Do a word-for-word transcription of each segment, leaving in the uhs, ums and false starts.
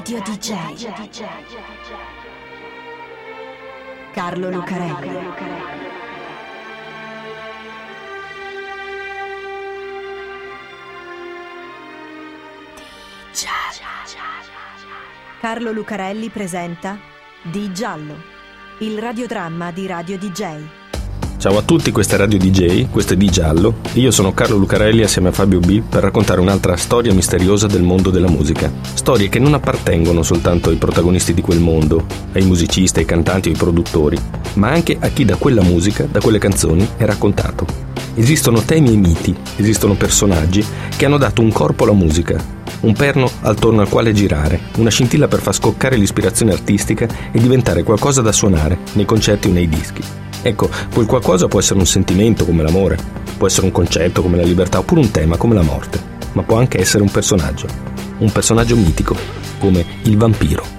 Radio D J Carlo Lucarelli. Carlo Lucarelli presenta Di Giallo, il radiodramma di Radio D J. Ciao a tutti, questa è Radio D J, questo è Di Giallo. Io sono Carlo Lucarelli assieme a Fabio B per raccontare un'altra storia misteriosa del mondo della musica. Storie che non appartengono soltanto ai protagonisti di quel mondo, ai musicisti, ai cantanti o ai produttori, ma anche a chi da quella musica, da quelle canzoni è raccontato. Esistono temi e miti, esistono personaggi che hanno dato un corpo alla musica, un perno attorno al quale girare, una scintilla per far scoccare l'ispirazione artistica e diventare qualcosa da suonare nei concerti o nei dischi. Ecco, quel qualcosa può essere un sentimento come l'amore, può essere un concetto come la libertà oppure un tema come la morte, ma può anche essere un personaggio, un personaggio mitico come il vampiro.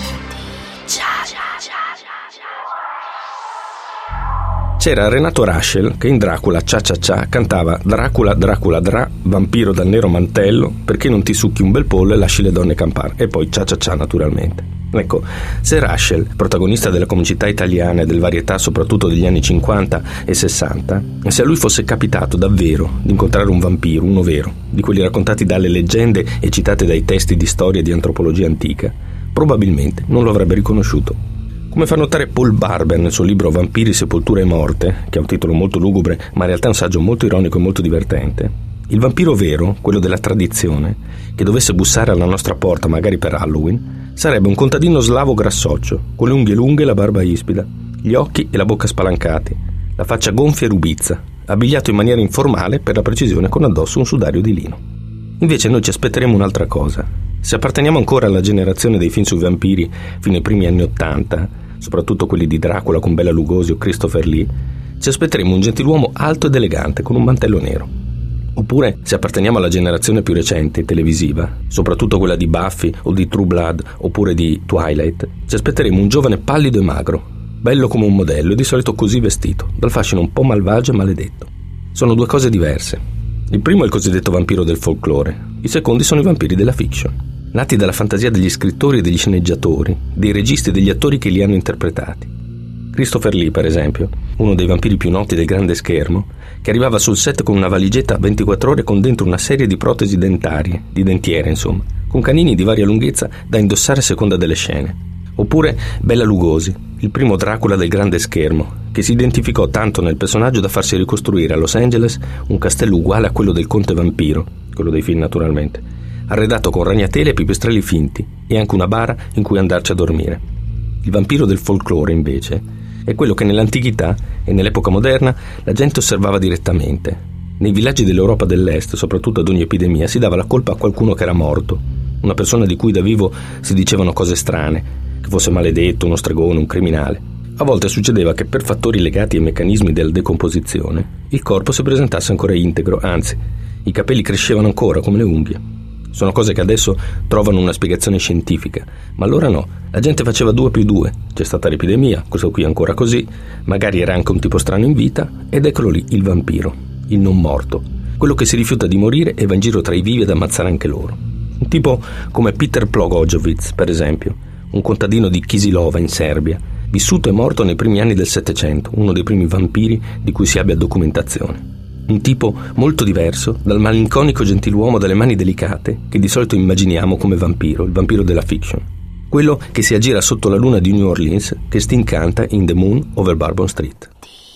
C'era Renato Rascel che in Dracula Cia Cia Cia cantava Dracula, Dracula, Dra, vampiro dal nero mantello, perché non ti succhi un bel pollo e lasci le donne campare, e poi Cia Cia Cia naturalmente. Ecco, se Rascel, protagonista della comicità italiana e del varietà soprattutto degli anni cinquanta e sessanta, se a lui fosse capitato davvero di incontrare un vampiro, uno vero, di quelli raccontati dalle leggende e citati dai testi di storia e di antropologia antica, probabilmente non lo avrebbe riconosciuto. Come fa notare Paul Barber nel suo libro Vampiri, sepoltura e morte, che ha un titolo molto lugubre, ma in realtà è un saggio molto ironico e molto divertente, il vampiro vero, quello della tradizione, che dovesse bussare alla nostra porta magari per Halloween, sarebbe un contadino slavo grassoccio, con le unghie lunghe e la barba ispida, gli occhi e la bocca spalancati, la faccia gonfia e rubizza, abbigliato in maniera informale, per la precisione con addosso un sudario di lino. Invece noi ci aspetteremo un'altra cosa. Se apparteniamo ancora alla generazione dei film sui vampiri fino ai primi anni Ottanta, soprattutto quelli di Dracula con Bela Lugosi o Christopher Lee, ci aspetteremo un gentiluomo alto ed elegante con un mantello nero. Oppure, se apparteniamo alla generazione più recente, televisiva, soprattutto quella di Buffy o di True Blood oppure di Twilight, ci aspetteremo un giovane pallido e magro, bello come un modello e di solito così vestito, dal fascino un po' malvagio e maledetto. Sono due cose diverse. Il primo è il cosiddetto vampiro del folklore, i secondi sono i vampiri della fiction, nati dalla fantasia degli scrittori e degli sceneggiatori, dei registi e degli attori che li hanno interpretati. Christopher Lee, per esempio, uno dei vampiri più noti del grande schermo, che arrivava sul set con una valigetta a ventiquattro ore con dentro una serie di protesi dentarie, di dentiere insomma, con canini di varia lunghezza da indossare a seconda delle scene. Oppure Bela Lugosi, il primo Dracula del grande schermo, che si identificò tanto nel personaggio da farsi ricostruire a Los Angeles un castello uguale a quello del conte vampiro, quello dei film naturalmente, arredato con ragnatele e pipistrelli finti e anche una bara in cui andarci a dormire. Il vampiro del folklore, invece, è quello che nell'antichità e nell'epoca moderna la gente osservava direttamente. Nei villaggi dell'Europa dell'Est, soprattutto ad ogni epidemia, si dava la colpa a qualcuno che era morto, una persona di cui da vivo si dicevano cose strane, che fosse maledetto, uno stregone, un criminale. A volte succedeva che per fattori legati ai meccanismi della decomposizione il corpo si presentasse ancora integro, anzi, i capelli crescevano ancora come le unghie. Sono cose che adesso trovano una spiegazione scientifica, ma allora no, la gente faceva due più due, c'è stata l'epidemia, questo qui è ancora così, magari era anche un tipo strano in vita, ed eccolo lì, il vampiro, il non morto, quello che si rifiuta di morire e va in giro tra i vivi ad ammazzare anche loro. Un tipo come Peter Plogojevic, per esempio, un contadino di Kisilova in Serbia, vissuto e morto nei primi anni del Settecento, uno dei primi vampiri di cui si abbia documentazione. Un tipo molto diverso dal malinconico gentiluomo dalle mani delicate che di solito immaginiamo come vampiro, il vampiro della fiction. Quello che si aggira sotto la luna di New Orleans, che Sting canta in The Moon Over Bourbon Street.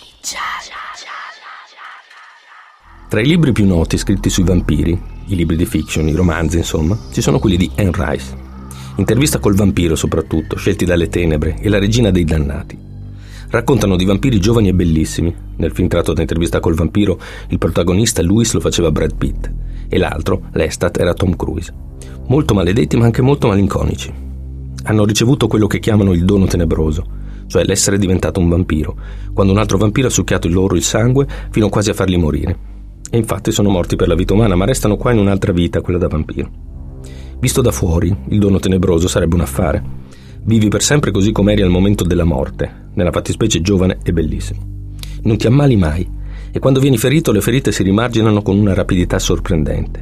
Tra i libri più noti scritti sui vampiri, i libri di fiction, i romanzi insomma, ci sono quelli di Anne Rice. Intervista col vampiro soprattutto, scelti dalle tenebre, e La regina dei dannati. Raccontano di vampiri giovani e bellissimi. Nel film tratto da Intervista col vampiro, il protagonista Louis lo faceva Brad Pitt e l'altro, Lestat, era Tom Cruise. Molto maledetti ma anche molto malinconici. Hanno ricevuto quello che chiamano il dono tenebroso, cioè l'essere diventato un vampiro, quando un altro vampiro ha succhiato il loro il sangue fino quasi a farli morire. E infatti sono morti per la vita umana, ma restano qua in un'altra vita, quella da vampiro. Visto da fuori, il dono tenebroso sarebbe un affare. Vivi per sempre così com'eri al momento della morte, nella fattispecie giovane e bellissimo. Non ti ammali mai, e quando vieni ferito le ferite si rimarginano con una rapidità sorprendente.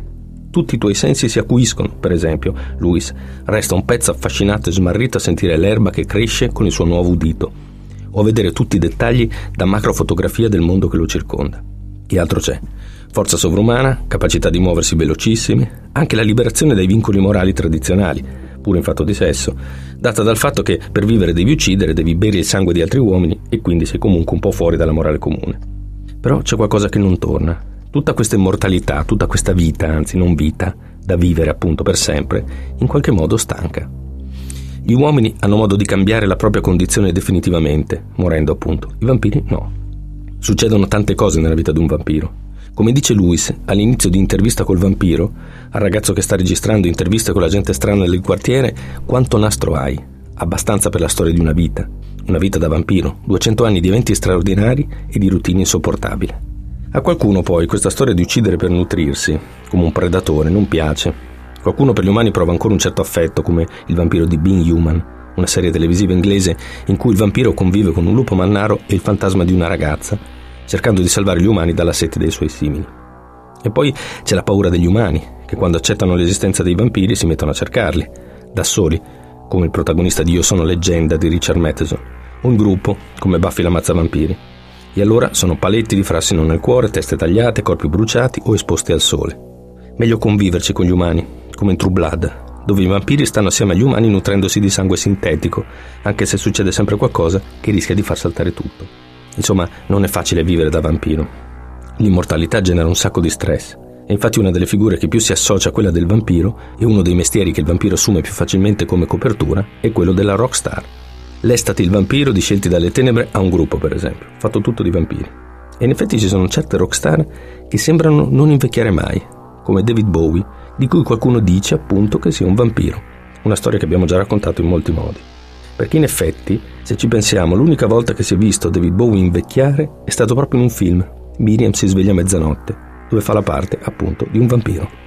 Tutti i tuoi sensi si acuiscono, per esempio. Lewis resta un pezzo affascinato e smarrito a sentire l'erba che cresce con il suo nuovo udito, o a vedere tutti i dettagli da macrofotografia del mondo che lo circonda. Che altro c'è? Forza sovrumana, capacità di muoversi velocissimi, anche la liberazione dai vincoli morali tradizionali, pure in fatto di sesso, data dal fatto che per vivere devi uccidere, devi bere il sangue di altri uomini e quindi sei comunque un po' fuori dalla morale comune. Però c'è qualcosa che non torna. Tutta questa immortalità, tutta questa vita, anzi non vita, da vivere appunto per sempre, in qualche modo stanca. Gli uomini hanno modo di cambiare la propria condizione definitivamente, morendo appunto. I vampiri no. Succedono tante cose nella vita di un vampiro. Come dice Lewis all'inizio di Intervista col vampiro, al ragazzo che sta registrando interviste con la gente strana del quartiere: quanto nastro hai? Abbastanza per la storia di una vita. Una vita da vampiro, duecento anni di eventi straordinari e di routine insopportabili. A qualcuno poi questa storia di uccidere per nutrirsi, come un predatore, non piace. Qualcuno per gli umani prova ancora un certo affetto, come Il vampiro di Being Human, una serie televisiva inglese in cui il vampiro convive con un lupo mannaro e il fantasma di una ragazza, cercando di salvare gli umani dalla sete dei suoi simili. E poi c'è la paura degli umani, che quando accettano l'esistenza dei vampiri si mettono a cercarli, da soli, come il protagonista di Io sono leggenda di Richard Matheson, o in gruppo, come Buffy l'ammazzavampiri. E allora sono paletti di frassino nel cuore, teste tagliate, corpi bruciati o esposti al sole. Meglio conviverci con gli umani, come in True Blood, dove i vampiri stanno assieme agli umani nutrendosi di sangue sintetico, anche se succede sempre qualcosa che rischia di far saltare tutto. Insomma, non è facile vivere da vampiro. L'immortalità genera un sacco di stress, e infatti una delle figure che più si associa a quella del vampiro, e uno dei mestieri che il vampiro assume più facilmente come copertura, è quello della rockstar. L'Estati il vampiro di Scelti dalle tenebre ha un gruppo, per esempio, fatto tutto di vampiri. E in effetti ci sono certe rockstar che sembrano non invecchiare mai, come David Bowie, di cui qualcuno dice appunto che sia un vampiro. Una storia che abbiamo già raccontato in molti modi. Perché in effetti, se ci pensiamo, l'unica volta che si è visto David Bowie invecchiare è stato proprio in un film, Miriam si sveglia a mezzanotte, dove fa la parte appunto di un vampiro.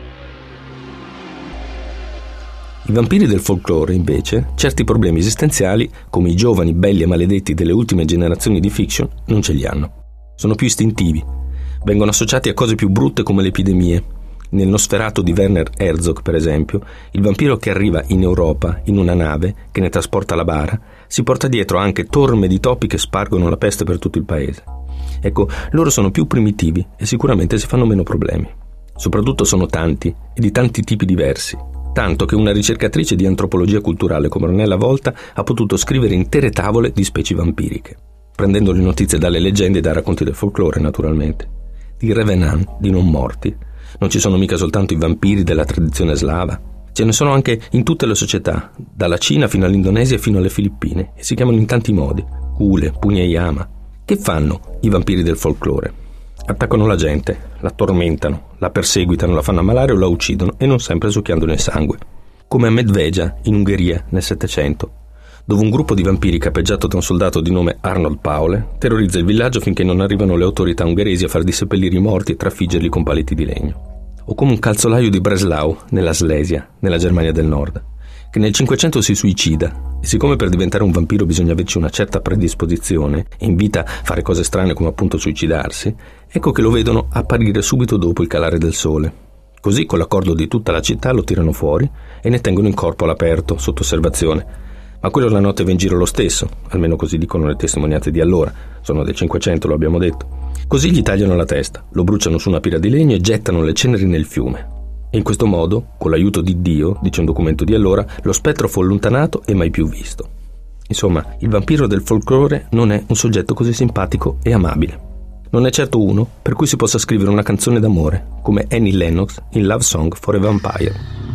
I vampiri del folklore, invece, certi problemi esistenziali, come i giovani belli e maledetti delle ultime generazioni di fiction, non ce li hanno. Sono più istintivi. Vengono associati a cose più brutte come le epidemie. Nel Nosferatu di Werner Herzog, per esempio, il vampiro che arriva in Europa in una nave che ne trasporta la bara si porta dietro anche torme di topi che spargono la peste per tutto il paese. Ecco, loro sono più primitivi e sicuramente si fanno meno problemi. Soprattutto sono tanti e di tanti tipi diversi. Tanto che una ricercatrice di antropologia culturale come Ornella Volta ha potuto scrivere intere tavole di specie vampiriche, prendendo le notizie dalle leggende e dai racconti del folklore, naturalmente. Di revenant, di non morti. Non ci sono mica soltanto i vampiri della tradizione slava. Ce ne sono anche in tutte le società, dalla Cina fino all'Indonesia e fino alle Filippine, e si chiamano in tanti modi: Kule, Punyayama. Che fanno i vampiri del folklore? Attaccano la gente, la tormentano, la perseguitano, la fanno ammalare o la uccidono, e non sempre succhiandone il sangue. Come a Medveja, in Ungheria, nel Settecento, dove un gruppo di vampiri capeggiato da un soldato di nome Arnold Paule terrorizza il villaggio finché non arrivano le autorità ungheresi a far diseppellire i morti e trafiggerli con paletti di legno. O come un calzolaio di Breslau, nella Slesia, nella Germania del Nord, che nel Cinquecento si suicida, e siccome per diventare un vampiro bisogna averci una certa predisposizione e in vita fare cose strane come appunto suicidarsi, ecco che lo vedono apparire subito dopo il calare del sole. Così, con l'accordo di tutta la città, lo tirano fuori e ne tengono in corpo all'aperto, sotto osservazione. Ma quello la notte va in giro lo stesso, almeno così dicono le testimonianze di allora, sono del Cinquecento, lo abbiamo detto. Così gli tagliano la testa, lo bruciano su una pira di legno e gettano le ceneri nel fiume. E in questo modo, con l'aiuto di Dio, dice un documento di allora, lo spettro fu allontanato e mai più visto. Insomma, il vampiro del folklore non è un soggetto così simpatico e amabile. Non è certo uno per cui si possa scrivere una canzone d'amore, come Annie Lennox in Love Song for a Vampire.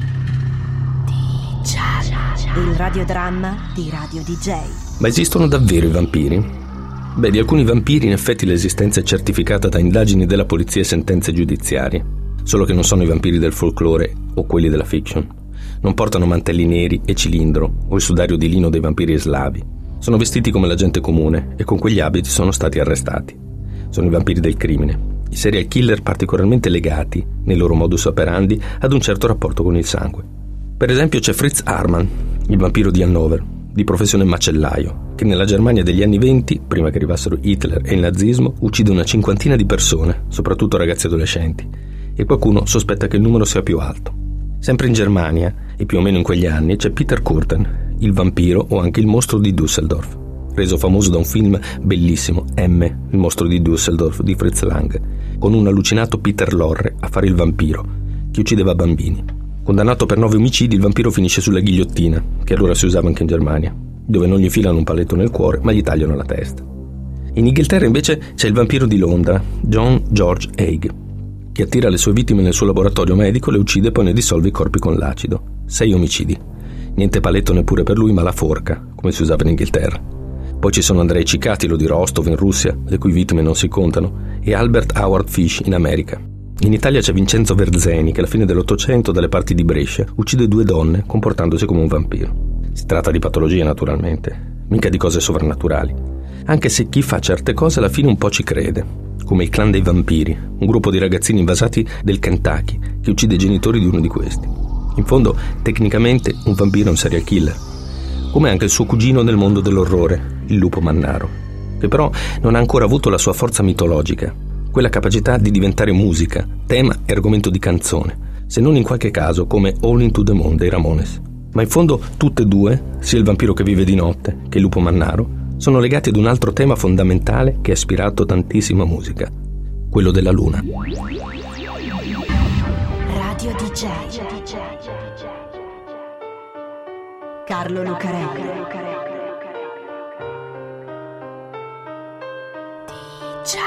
Il radiodramma di Radio D J. Ma esistono davvero i vampiri? Beh, di alcuni vampiri in effetti l'esistenza è certificata da indagini della polizia e sentenze giudiziarie. Solo che non sono i vampiri del folklore o quelli della fiction. Non portano mantelli neri e cilindro o il sudario di lino dei vampiri slavi. Sono vestiti come la gente comune e con quegli abiti sono stati arrestati. Sono i vampiri del crimine, i serial killer particolarmente legati, nei loro modus operandi, ad un certo rapporto con il sangue. Per esempio c'è Fritz Haarmann, il vampiro di Hannover, di professione macellaio, che nella Germania degli anni venti, prima che arrivassero Hitler e il nazismo, uccide una cinquantina di persone, soprattutto ragazzi adolescenti, e qualcuno sospetta che il numero sia più alto. Sempre in Germania, e più o meno in quegli anni, c'è Peter Kürten, il vampiro o anche il mostro di Düsseldorf, reso famoso da un film bellissimo, M, il mostro di Düsseldorf, di Fritz Lang, con un allucinato Peter Lorre a fare il vampiro, che uccideva bambini. Condannato per nove omicidi, il vampiro finisce sulla ghigliottina, che allora si usava anche in Germania, dove non gli filano un paletto nel cuore, ma gli tagliano la testa. In Inghilterra invece c'è il vampiro di Londra, John George Haig, che attira le sue vittime nel suo laboratorio medico, le uccide e poi ne dissolve i corpi con l'acido. Sei omicidi. Niente paletto neppure per lui, ma la forca, come si usava in Inghilterra. Poi ci sono Andrei Cicatilo di Rostov in Russia, le cui vittime non si contano, e Albert Howard Fish in America. In Italia c'è Vincenzo Verzeni, che alla fine dell'Ottocento, dalle parti di Brescia, uccide due donne comportandosi come un vampiro. Si tratta di patologie, naturalmente, mica di cose sovrannaturali. Anche se chi fa certe cose alla fine un po' ci crede, come il clan dei vampiri, un gruppo di ragazzini invasati del Kentucky che uccide i genitori di uno di questi. In fondo, tecnicamente, un vampiro è un serial killer, come anche il suo cugino nel mondo dell'orrore, il lupo mannaro, che però non ha ancora avuto la sua forza mitologica, quella capacità di diventare musica, tema e argomento di canzone, se non in qualche caso come All Into the Moon dei Ramones. Ma in fondo tutte e due, sia il vampiro che vive di notte che il lupo mannaro, sono legati ad un altro tema fondamentale che ha ispirato tantissima musica, quello della luna. Radio D J Carlo Lucarelli. D J